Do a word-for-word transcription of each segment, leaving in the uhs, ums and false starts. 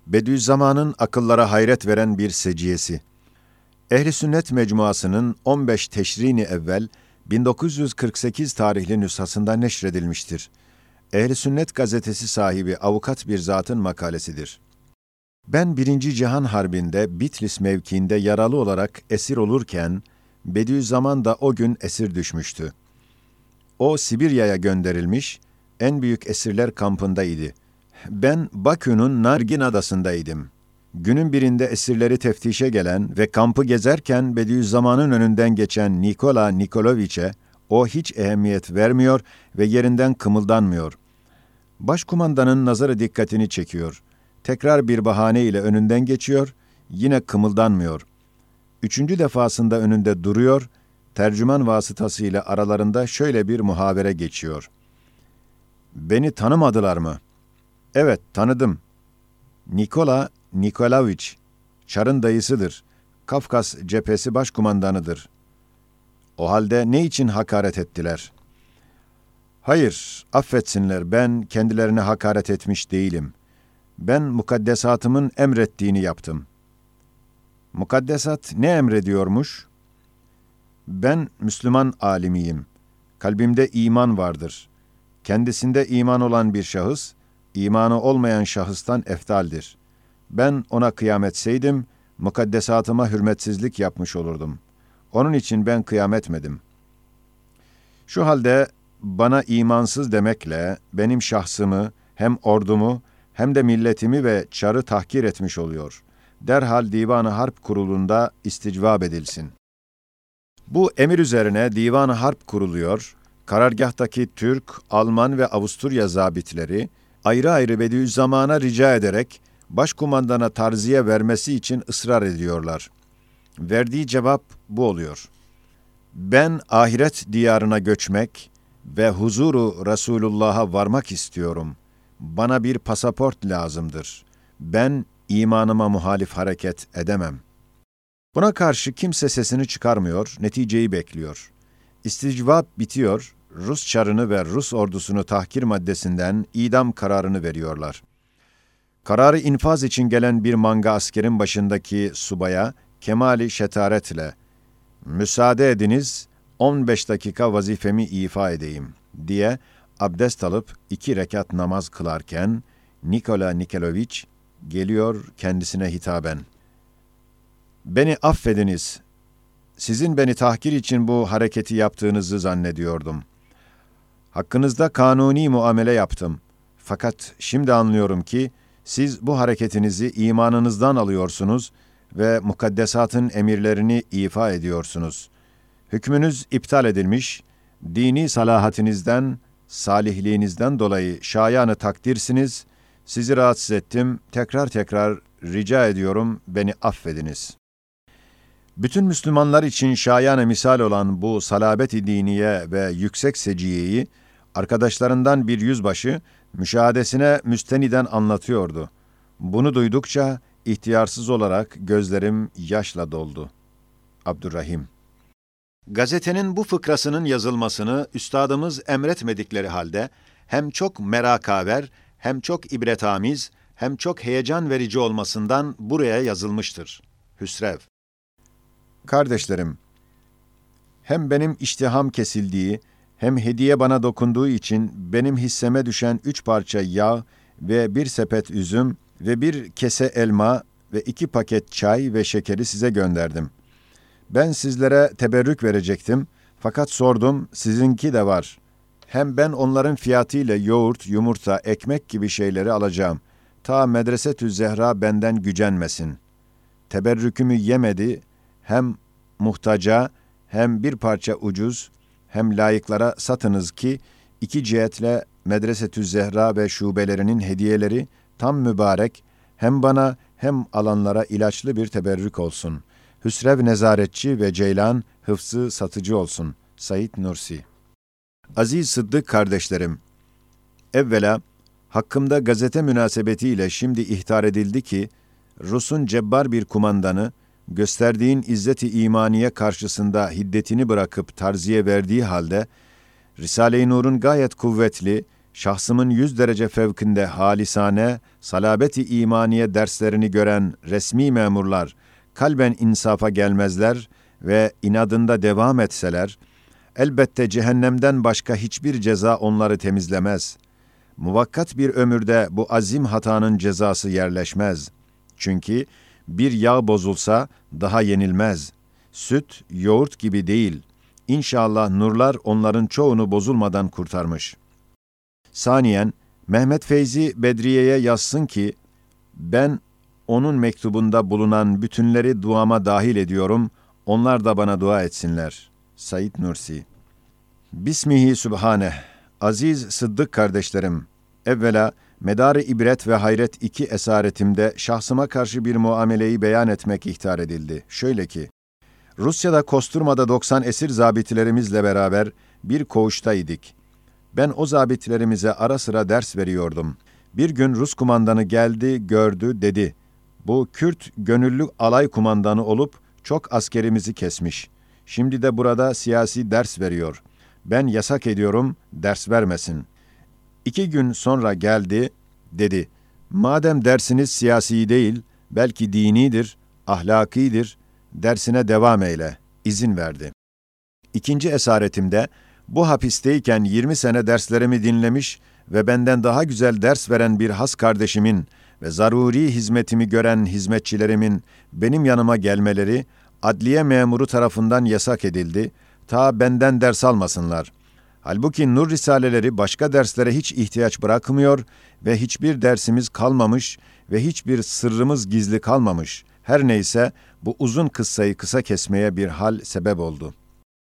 Bediüzzaman'ın akıllara hayret veren bir seciyesi. Ehl-i Sünnet Mecmuası'nın on beş Teşrin-i Evvel bin dokuz yüz kırk sekiz tarihli nüshasında neşredilmiştir. Ehl-i Sünnet gazetesi sahibi avukat bir zatın makalesidir. Ben Birinci Cihan Harbi'nde Bitlis mevkiinde yaralı olarak esir olurken, Bediüzzaman da o gün esir düşmüştü. O Sibirya'ya gönderilmiş, en büyük esirler kampındaydı. Ben Bakü'nün Nargin adasındaydım. Günün birinde esirleri teftişe gelen ve kampı gezerken Bediüzzaman'ın önünden geçen Nikola Nikoloviç'e o hiç ehemmiyet vermiyor ve yerinden kımıldanmıyor. Başkumandanın nazarı dikkatini çekiyor. Tekrar bir bahane ile önünden geçiyor, yine kımıldanmıyor. Üçüncü defasında önünde duruyor, tercüman vasıtasıyla aralarında şöyle bir muhabere geçiyor. Beni tanımadılar mı? Evet, tanıdım. Nikola Nikolaviç, Çar'ın dayısıdır. Kafkas cephesi başkumandanıdır. O halde ne için hakaret ettiler? Hayır, affetsinler, ben kendilerine hakaret etmiş değilim. Ben mukaddesatımın emrettiğini yaptım. Mukaddesat ne emrediyormuş? Ben Müslüman alimiyim. Kalbimde iman vardır. Kendisinde iman olan bir şahıs, imanı olmayan şahıstan eftaldir. Ben ona kıyam etseydim, mukaddesatıma hürmetsizlik yapmış olurdum. Onun için ben kıyam etmedim. Şu halde bana imansız demekle benim şahsımı, hem ordumu, hem de milletimi ve Çar'ı tahkir etmiş oluyor. Derhal Divan-ı Harp Kurulu'nda isticvab edilsin. Bu emir üzerine Divan-ı Harp kuruluyor, karargahtaki Türk, Alman ve Avusturya zabitleri ayrı ayrı Bediüzzaman'a rica ederek başkumandana tarziye vermesi için ısrar ediyorlar. Verdiği cevap bu oluyor. Ben ahiret diyarına göçmek ve huzuru Resulullah'a varmak istiyorum. Bana bir pasaport lazımdır. Ben imanıma muhalif hareket edemem. Buna karşı kimse sesini çıkarmıyor, neticeyi bekliyor. İsticvab bitiyor, Rus Çarını ve Rus ordusunu tahkir maddesinden idam kararını veriyorlar. Kararı infaz için gelen bir manga askerin başındaki subaya kemali şetaretle "Müsaade ediniz, on beş dakika vazifemi ifa edeyim" diye abdest alıp iki rekat namaz kılarken Nikola Nikoloviç geliyor kendisine hitaben. "Beni affediniz. Sizin beni tahkir için bu hareketi yaptığınızı zannediyordum. Hakkınızda kanuni muamele yaptım. Fakat şimdi anlıyorum ki siz bu hareketinizi imanınızdan alıyorsunuz ve mukaddesatın emirlerini ifa ediyorsunuz. Hükmünüz iptal edilmiş, dini salahatinizden, salihliğinizden dolayı şayanı takdirsiniz. Sizi rahatsız ettim, tekrar tekrar rica ediyorum, beni affediniz." Bütün Müslümanlar için şayan-ı misal olan bu salabet-i diniye ve yüksek seciyeyi, arkadaşlarından bir yüzbaşı, müşahadesine müsteniden anlatıyordu. Bunu duydukça, ihtiyarsız olarak gözlerim yaşla doldu. Abdurrahim. Gazetenin bu fıkrasının yazılmasını üstadımız emretmedikleri halde, hem çok merakaver, hem çok ibretamiz, hem çok heyecan verici olmasından buraya yazılmıştır. Hüsrev. Kardeşlerim, hem benim iştiham kesildiği, hem hediye bana dokunduğu için benim hisseme düşen üç parça yağ ve bir sepet üzüm ve bir kese elma ve iki paket çay ve şekeri size gönderdim. Ben sizlere teberrük verecektim, fakat sordum, sizinki de var. Hem ben onların fiyatıyla yoğurt, yumurta, ekmek gibi şeyleri alacağım. Ta Medresetü Zehra benden gücenmesin. Teberrükümü yemedi, hem muhtaca, hem bir parça ucuz, hem layıklara satınız ki, iki cihetle Medresetü Zehra ve şubelerinin hediyeleri tam mübarek, hem bana hem alanlara ilaçlı bir teberrük olsun. Hüsrev nezaretçi ve Ceylan hıfzı satıcı olsun. Said Nursi. Aziz Sıddık kardeşlerim, evvela hakkımda gazete münasebetiyle şimdi ihtar edildi ki, Rus'un cebbar bir kumandanı, gösterdiğin izzet-i imaniye karşısında hiddetini bırakıp tarziye verdiği halde, Risale-i Nur'un gayet kuvvetli, şahsımın yüz derece fevkinde halisane, salabeti imaniye derslerini gören resmi memurlar kalben insafa gelmezler ve inadında devam etseler, elbette cehennemden başka hiçbir ceza onları temizlemez. Muvakkat bir ömürde bu azim hatanın cezası yerleşmez. Çünkü bir yağ bozulsa daha yenilmez. Süt, yoğurt gibi değil. İnşallah nurlar onların çoğunu bozulmadan kurtarmış. Saniyen, Mehmet Feyzi Bedriye'ye yazsın ki, ben onun mektubunda bulunan bütünleri duama dahil ediyorum, onlar da bana dua etsinler. Said Nursi. Bismihi Sübhaneh. Aziz Sıddık kardeşlerim, evvela Medar-ı İbret ve Hayret iki esaretimde şahsıma karşı bir muameleyi beyan etmek ihtar edildi. Şöyle ki, Rusya'da Kosturma'da doksan esir zabitlerimizle beraber bir koğuştaydık. Ben o zabitlerimize ara sıra ders veriyordum. Bir gün Rus kumandanı geldi, gördü, dedi, bu Kürt gönüllü alay kumandanı olup çok askerimizi kesmiş. Şimdi de burada siyasi ders veriyor. Ben yasak ediyorum, ders vermesin. İki gün sonra geldi, dedi, madem dersiniz siyasi değil, belki dinidir, ahlakidir, dersine devam eyle, izin verdi. İkinci esaretimde, bu hapisteyken yirmi sene derslerimi dinlemiş ve benden daha güzel ders veren bir has kardeşimin ve zaruri hizmetimi gören hizmetçilerimin benim yanıma gelmeleri, adliye memuru tarafından yasak edildi, ta benden ders almasınlar. Halbuki nur risaleleri başka derslere hiç ihtiyaç bırakmıyor ve hiçbir dersimiz kalmamış ve hiçbir sırrımız gizli kalmamış. Her neyse bu uzun kıssayı kısa kesmeye bir hal sebep oldu.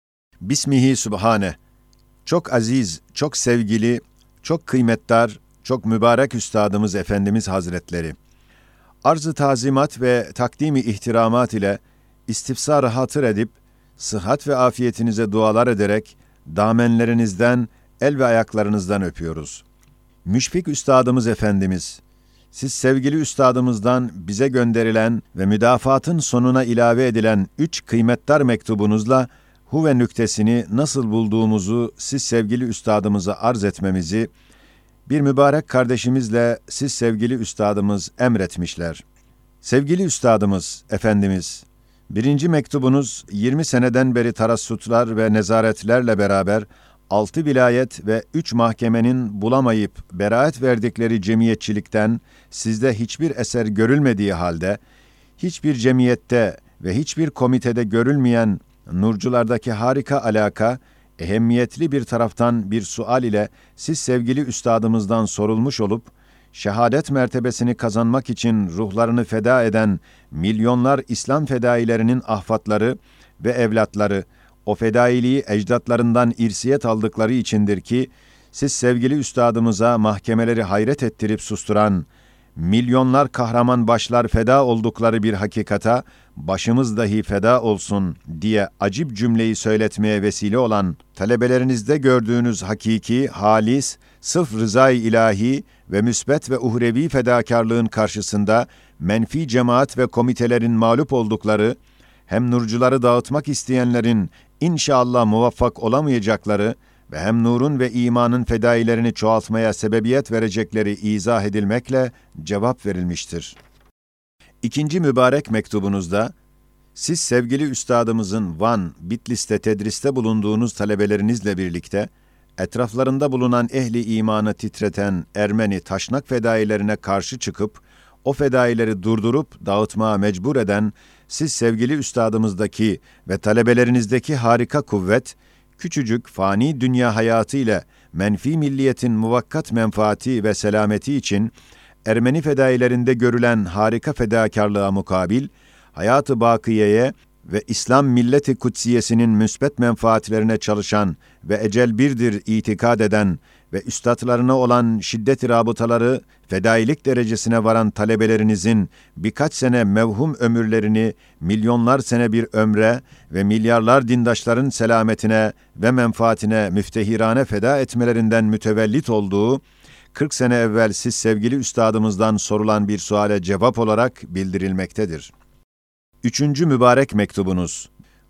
Bismihi Sübhane. Çok aziz, çok sevgili, çok kıymetdar, çok mübarek Üstadımız Efendimiz Hazretleri. Arz-ı tazimat ve takdimi ihtiramat ile istifsar-ı hatır edip, sıhhat ve afiyetinize dualar ederek, damenlerinizden, el ve ayaklarınızdan öpüyoruz. Müşfik Üstadımız Efendimiz, siz sevgili Üstadımızdan bize gönderilen ve müdafatın sonuna ilave edilen üç kıymetdar mektubunuzla huve nüktesini nasıl bulduğumuzu siz sevgili Üstadımıza arz etmemizi, bir mübarek kardeşimizle siz sevgili Üstadımız emretmişler. Sevgili Üstadımız, Efendimiz, birinci mektubunuz yirmi seneden beri tarassutlar ve nezaretlerle beraber altı vilayet ve üç mahkemenin bulamayıp beraat verdikleri cemiyetçilikten sizde hiçbir eser görülmediği halde, hiçbir cemiyette ve hiçbir komitede görülmeyen nurculardaki harika alaka, ehemmiyetli bir taraftan bir sual ile siz sevgili Üstadımızdan sorulmuş olup, şehadet mertebesini kazanmak için ruhlarını feda eden milyonlar İslam fedailerinin ahfatları ve evlatları, o fedailiği ecdatlarından irsiyet aldıkları içindir ki, siz sevgili Üstadımıza mahkemeleri hayret ettirip susturan, milyonlar kahraman başlar feda oldukları bir hakikata, başımız dahi feda olsun diye acip cümleyi söyletmeye vesile olan, talebelerinizde gördüğünüz hakiki, halis, sırf rızay ilahi ve müsbet ve uhrevi fedakarlığın karşısında, menfi cemaat ve komitelerin mağlup oldukları, hem nurcuları dağıtmak isteyenlerin inşallah muvaffak olamayacakları ve hem nurun ve imanın fedailerini çoğaltmaya sebebiyet verecekleri izah edilmekle cevap verilmiştir. İkinci mübarek mektubunuzda, siz sevgili Üstadımızın Van, Bitlis'te tedriste bulunduğunuz talebelerinizle birlikte, etraflarında bulunan ehli imanı titreten Ermeni taşnak fedailerine karşı çıkıp, o fedaileri durdurup dağıtmaya mecbur eden, siz sevgili Üstadımızdaki ve talebelerinizdeki harika kuvvet, küçücük fani dünya hayatı ile menfi milliyetin muvakkat menfaati ve selameti için, Ermeni fedailerinde görülen harika fedakarlığa mukabil, hayat-ı bakiyeye ve İslam milleti kutsiyesinin müsbet menfaatlerine çalışan ve ecel birdir itikad eden ve üstadlarına olan şiddet-i rabıtaları fedailik derecesine varan talebelerinizin birkaç sene mevhum ömürlerini milyonlar sene bir ömre ve milyarlar dindaşların selametine ve menfaatine müftehirane feda etmelerinden mütevellit olduğu, kırk sene evvel siz sevgili Üstadımızdan sorulan bir suale cevap olarak bildirilmektedir. Üçüncü mübarek mektubunuz,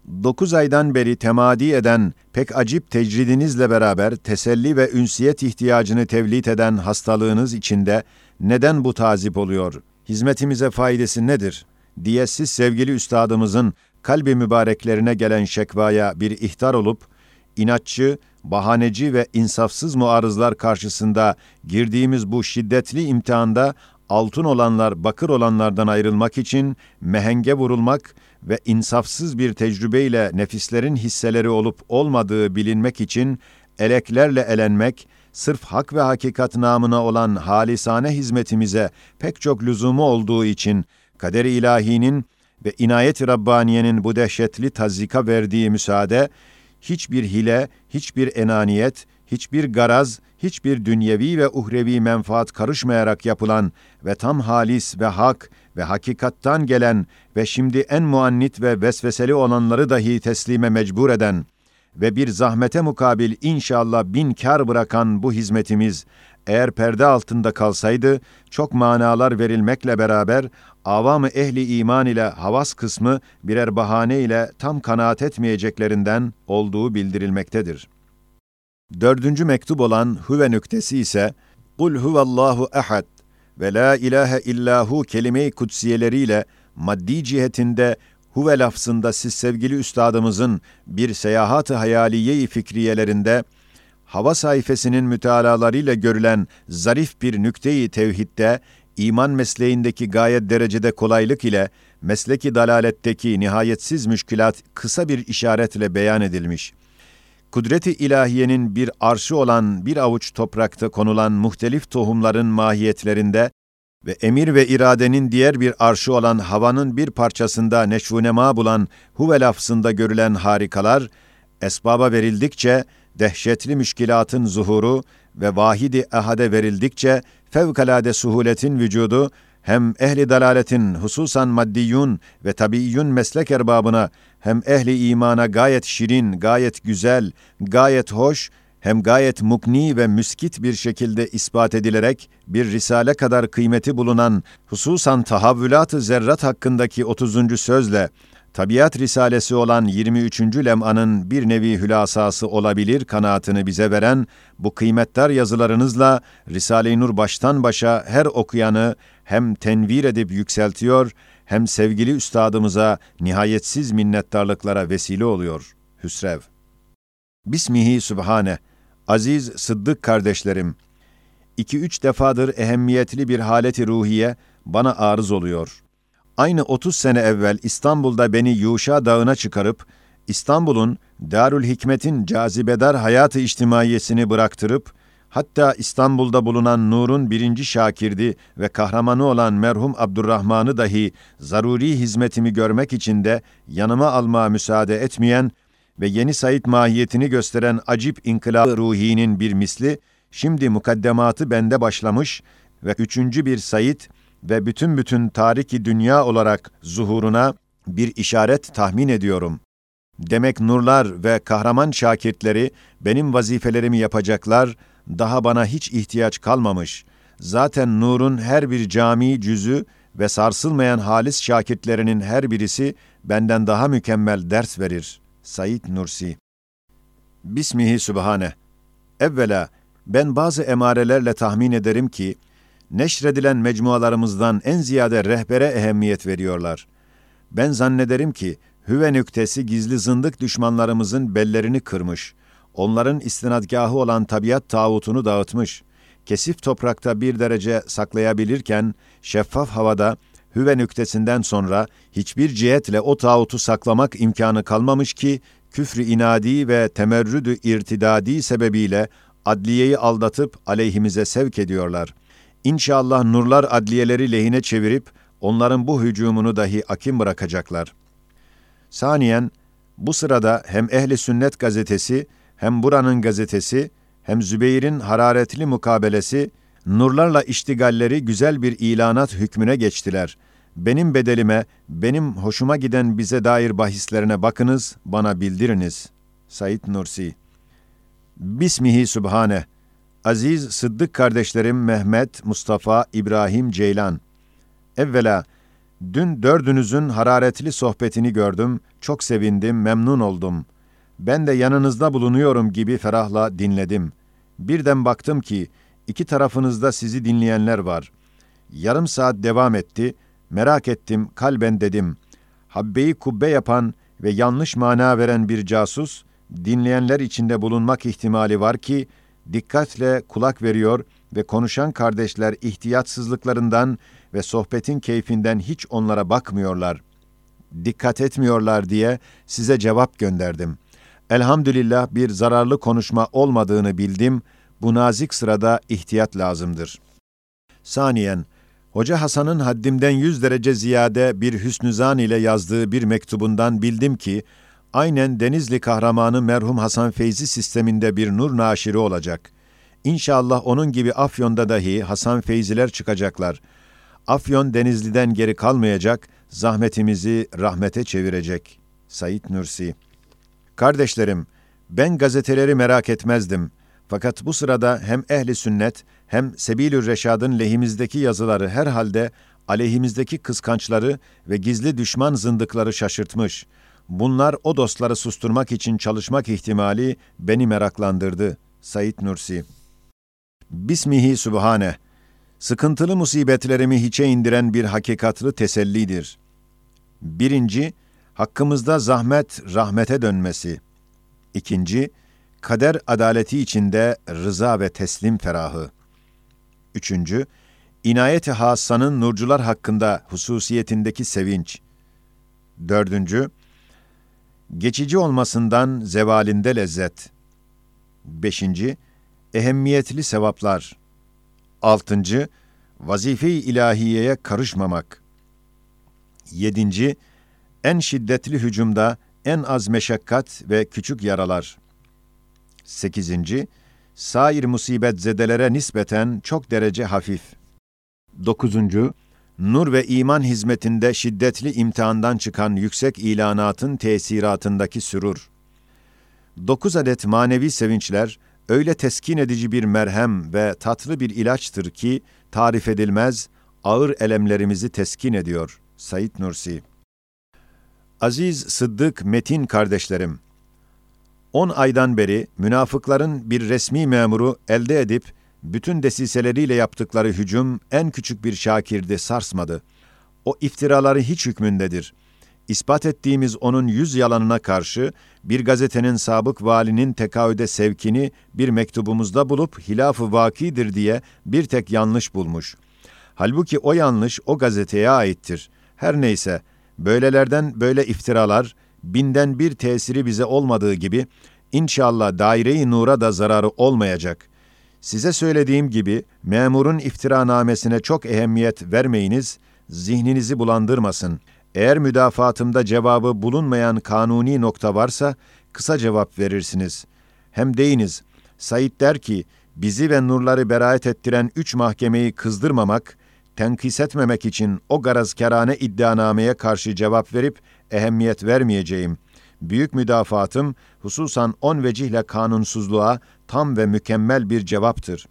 Dokuz aydan beri temadi eden pek acip tecridinizle beraber teselli ve ünsiyet ihtiyacını tevlit eden hastalığınız içinde neden bu tazip oluyor? Hizmetimize faydası nedir? Diye siz sevgili üstadımızın kalbi mübareklerine gelen şekvaya bir ihtar olup, inatçı, bahaneci ve insafsız muarızlar karşısında girdiğimiz bu şiddetli imtihanda altın olanlar bakır olanlardan ayrılmak için mehenge vurulmak ve insafsız bir tecrübeyle nefislerin hisseleri olup olmadığı bilinmek için eleklerle elenmek, sırf hak ve hakikat namına olan halisane hizmetimize pek çok lüzumu olduğu için kader-i ilahinin ve inayet-i Rabbaniye'nin bu dehşetli tazyika verdiği müsaade, hiçbir hile, hiçbir enaniyet, hiçbir garaz, hiçbir dünyevi ve uhrevi menfaat karışmayarak yapılan ve tam halis ve hak ve hakikattan gelen ve şimdi en muannit ve vesveseli olanları dahi teslime mecbur eden ve bir zahmete mukabil inşallah bin kâr bırakan bu hizmetimiz, eğer perde altında kalsaydı, çok manalar verilmekle beraber, avam-ı ehli iman ile havas kısmı birer bahane ile tam kanaat etmeyeceklerinden olduğu bildirilmektedir. Dördüncü mektup olan huve nüktesi ise, Kul huvallahu ehad ve la ilahe illahu kelime-i kutsiyeleriyle maddi cihetinde huve lafzında siz sevgili üstadımızın bir seyahat-ı hayaliye-i fikriyelerinde hava sayfasının mütealalarıyla görülen zarif bir nükte-i tevhidde iman mesleğindeki gayet derecede kolaylık ile mesleki dalaletteki nihayetsiz müşkülat kısa bir işaretle beyan edilmiş. Kudret-i ilahiyenin bir arşı olan bir avuç toprakta konulan muhtelif tohumların mahiyetlerinde ve emir ve iradenin diğer bir arşı olan havanın bir parçasında neşvunema bulan huve lafzında görülen harikalar, esbaba verildikçe dehşetli müşkilatın zuhuru ve vahidi ehade verildikçe fevkalade suhuletin vücudu, hem ehli dalaletin hususan maddiyun ve tabiyyun meslek erbabına, hem ehli imana gayet şirin, gayet güzel, gayet hoş, hem gayet mukni ve müskit bir şekilde ispat edilerek bir risale kadar kıymeti bulunan hususan tahavvülat-ı zerrat hakkındaki otuzuncu sözle Tabiat Risalesi olan yirmi üçüncü lem'anın bir nevi hülasası olabilir kanaatını bize veren bu kıymetdar yazılarınızla Risale-i Nur baştan başa her okuyanı hem tenvir edip yükseltiyor, hem sevgili üstadımıza nihayetsiz minnettarlıklara vesile oluyor. Hüsrev. Bismihi Sübhane. Aziz Sıddık kardeşlerim, iki üç defadır ehemmiyetli bir haleti ruhiye bana arız oluyor. Aynı otuz sene evvel İstanbul'da beni Yuşa Dağı'na çıkarıp, İstanbul'un Darül Hikmet'in cazibedar hayatı içtimaiyesini bıraktırıp, hatta İstanbul'da bulunan Nur'un birinci şakirdi ve kahramanı olan merhum Abdurrahman'ı dahi zaruri hizmetimi görmek için de yanıma almaya müsaade etmeyen ve yeni Said mahiyetini gösteren acip inkılab-ı ruhinin bir misli, şimdi mukaddematı bende başlamış ve üçüncü bir Said ve bütün bütün tariki dünya olarak zuhuruna bir işaret tahmin ediyorum. Demek nurlar ve kahraman şakirtleri benim vazifelerimi yapacaklar, daha bana hiç ihtiyaç kalmamış. Zaten nurun her bir cami cüzü ve sarsılmayan halis şakirtlerinin her birisi benden daha mükemmel ders verir. Said Nursi. Bismihi Sübhane. Evvela ben bazı emarelerle tahmin ederim ki, neşredilen mecmualarımızdan en ziyade rehbere ehemmiyet veriyorlar. Ben zannederim ki, hüve nüktesi gizli zındık düşmanlarımızın bellerini kırmış, onların istinadgahı olan tabiat tağutunu dağıtmış, kesif toprakta bir derece saklayabilirken, şeffaf havada, hüve nüktesinden sonra hiçbir cihetle o tağutu saklamak imkanı kalmamış ki, küfrü inadi ve temerrüdü irtidadi sebebiyle adliyeyi aldatıp aleyhimize sevk ediyorlar. İnşallah nurlar adliyeleri lehine çevirip, onların bu hücumunu dahi akim bırakacaklar. Saniyen, bu sırada hem Ehli Sünnet gazetesi, hem buranın gazetesi, hem Zübeyir'in hararetli mukabelesi, nurlarla iştigalleri güzel bir ilanat hükmüne geçtiler. Benim bedelime, benim hoşuma giden bize dair bahislerine bakınız, bana bildiriniz. Said Nursi. Bismihi Sübhane. Aziz Sıddık kardeşlerim Mehmet, Mustafa, İbrahim, Ceylan. Evvela, Dün dördünüzün hararetli sohbetini gördüm, çok sevindim, memnun oldum. Ben de yanınızda bulunuyorum gibi ferahla dinledim. Birden baktım ki, iki tarafınızda sizi dinleyenler var. Yarım saat devam etti, merak ettim, kalben dedim. Habbeyi kubbe yapan ve yanlış mana veren bir casus, dinleyenler içinde bulunmak ihtimali var ki, dikkatle kulak veriyor ve konuşan kardeşler ihtiyatsızlıklarından ve sohbetin keyfinden hiç onlara bakmıyorlar. Dikkat etmiyorlar diye size cevap gönderdim. Elhamdülillah bir zararlı konuşma olmadığını bildim. Bu nazik sırada ihtiyat lazımdır. Saniyen, Hoca Hasan'ın haddimden yüz derece ziyade bir hüsnü-zan ile yazdığı bir mektubundan bildim ki, aynen Denizli kahramanı merhum Hasan Feyzi sisteminde bir nur naşiri olacak. İnşallah onun gibi Afyon'da dahi Hasan Feyziler çıkacaklar. Afyon Denizli'den geri kalmayacak, zahmetimizi rahmete çevirecek. Said Nursi. Kardeşlerim, ben gazeteleri merak etmezdim. Fakat bu sırada hem ehli sünnet hem Sebilür Reşad'ın lehimizdeki yazıları herhalde aleyhimizdeki kıskançları ve gizli düşman zındıkları şaşırtmış. Bunlar o dostları susturmak için çalışmak ihtimali beni meraklandırdı. Said Nursi. Bismihi Sübhane. Sıkıntılı musibetlerimi hiçe indiren bir hakikatlı tesellidir. Birinci, hakkımızda zahmet rahmete dönmesi. İkinci, kader adaleti içinde rıza ve teslim ferahı. Üçüncü, inayet-i hassanın nurcular hakkında hususiyetindeki sevinç. Dördüncü, geçici olmasından zevalinde lezzet. Beşinci, ehemmiyetli sevaplar. Altıncı, vazife-i ilahiyeye karışmamak. Yedinci, en şiddetli hücumda en az meşakkat ve küçük yaralar. Sekizinci, sair musibetzedelere nispeten çok derece hafif. Dokuzuncu, nur ve iman hizmetinde şiddetli imtihandan çıkan yüksek ilanatın tesiratındaki sürur. Dokuz adet manevi sevinçler, öyle teskin edici bir merhem ve tatlı bir ilaçtır ki, tarif edilmez, ağır elemlerimizi teskin ediyor. Said Nursi. Aziz Sıddık Metin kardeşlerim, on aydan beri münafıkların bir resmi memuru elde edip, bütün desiseleriyle yaptıkları hücum en küçük bir şakirdi sarsmadı. O iftiraları hiç hükmündedir. İspat ettiğimiz onun yüz yalanına karşı, bir gazetenin sabık valinin tekaüde sevkini bir mektubumuzda bulup hilaf-ı vakidir diye bir tek yanlış bulmuş. Halbuki o yanlış o gazeteye aittir. Her neyse, böylelerden böyle iftiralar, binden bir tesiri bize olmadığı gibi, inşallah daire-i nura da zararı olmayacak. Size söylediğim gibi, memurun iftiranamesine çok ehemmiyet vermeyiniz, zihninizi bulandırmasın. Eğer müdafaatımda cevabı bulunmayan kanuni nokta varsa, kısa cevap verirsiniz. Hem deyiniz, Said der ki, bizi ve nurları beraat ettiren üç mahkemeyi kızdırmamak, tenkis etmemek için o garazkârane iddianameye karşı cevap verip, ehemmiyet vermeyeceğim. Büyük müdafaatım, hususan on vecihle kanunsuzluğa tam ve mükemmel bir cevaptır.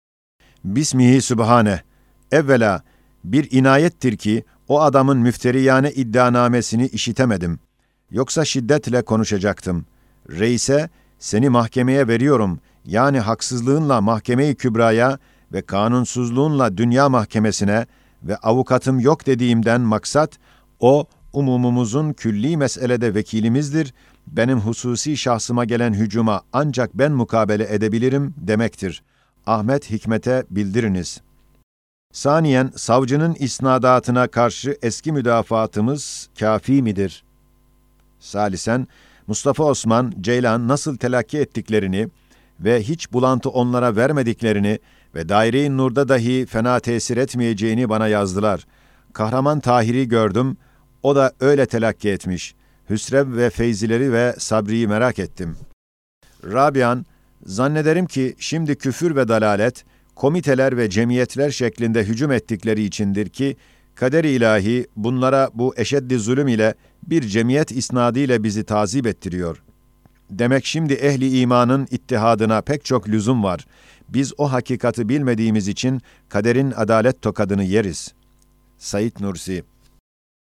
Bismihi Sübhane. Evvela, bir inayettir ki, o adamın müfteriyane iddianamesini işitemedim. Yoksa şiddetle konuşacaktım. Reise, seni mahkemeye veriyorum, yani haksızlığınla mahkeme-i kübraya ve kanunsuzluğunla dünya mahkemesine ve avukatım yok dediğimden maksat, o, umumumuzun külli meselede vekilimizdir, benim hususi şahsıma gelen hücuma ancak ben mukabele edebilirim demektir. Ahmet Hikmet'e bildiriniz. Saniyen, savcının isnadatına karşı eski müdafaatımız kâfi midir? Salisen, Mustafa Osman, Ceylan nasıl telakki ettiklerini ve hiç bulantı onlara vermediklerini ve daire-i nurda dahi fena tesir etmeyeceğini bana yazdılar. Kahraman Tahir'i gördüm, o da öyle telakki etmiş. Hüsrev ve Feyzileri ve Sabri'yi merak ettim. Rabian, zannederim ki şimdi küfür ve dalalet, komiteler ve cemiyetler şeklinde hücum ettikleri içindir ki, kader-i ilahi bunlara bu eşeddi zulüm ile bir cemiyet isnadıyla bizi tazip ettiriyor. Demek şimdi ehli imanın ittihadına pek çok lüzum var. Biz o hakikati bilmediğimiz için kaderin adalet tokadını yeriz. Said Nursi.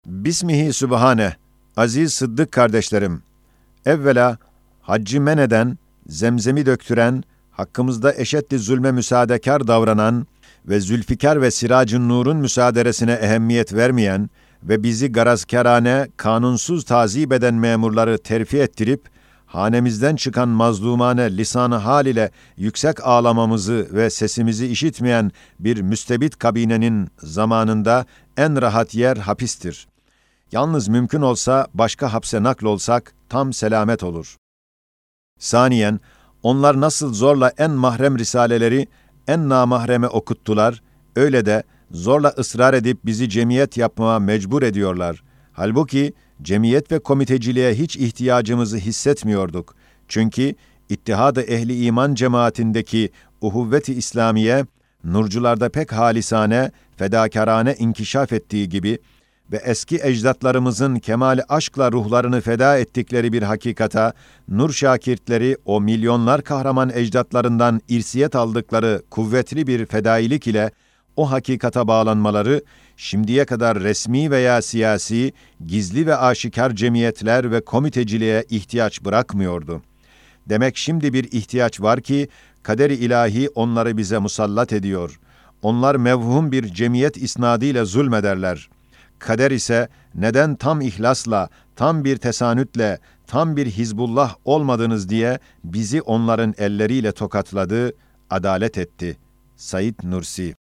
Bismihi Sübhane, aziz Sıddık kardeşlerim, evvela haccı men eden, zemzemi döktüren, hakkımızda eşeddi zulme müsaadekar davranan ve Zülfikar ve Siracın Nur'un müsaaderesine ehemmiyet vermeyen ve bizi garazkârane, kanunsuz tazip eden memurları terfi ettirip, hanemizden çıkan mazlumane lisan-ı hal ile yüksek ağlamamızı ve sesimizi işitmeyen bir müstebit kabinenin zamanında en rahat yer hapistir. Yalnız mümkün olsa başka hapse naklolsak tam selamet olur. Saniyen, onlar nasıl zorla en mahrem risaleleri en namahreme okuttular, öyle de zorla ısrar edip bizi cemiyet yapmaya mecbur ediyorlar. Halbuki cemiyet ve komiteciliğe hiç ihtiyacımızı hissetmiyorduk. Çünkü İttihad-ı Ehli İman cemaatindeki uhuvvet-i İslamiye, nurcularda pek halisane, fedakârane inkişaf ettiği gibi ve eski ecdatlarımızın kemali aşkla ruhlarını feda ettikleri bir hakikata, nur şakirtleri o milyonlar kahraman ecdatlarından irsiyet aldıkları kuvvetli bir fedailik ile o hakikata bağlanmaları, şimdiye kadar resmi veya siyasi, gizli ve aşikar cemiyetler ve komiteciliğe ihtiyaç bırakmıyordu. Demek şimdi bir ihtiyaç var ki, kader-i ilahi onları bize musallat ediyor. Onlar mevhum bir cemiyet isnadıyla zulmederler. Kader ise neden tam ihlasla, tam bir tesanütle, tam bir Hizbullah olmadınız diye bizi onların elleriyle tokatladı, adalet etti. Said Nursi.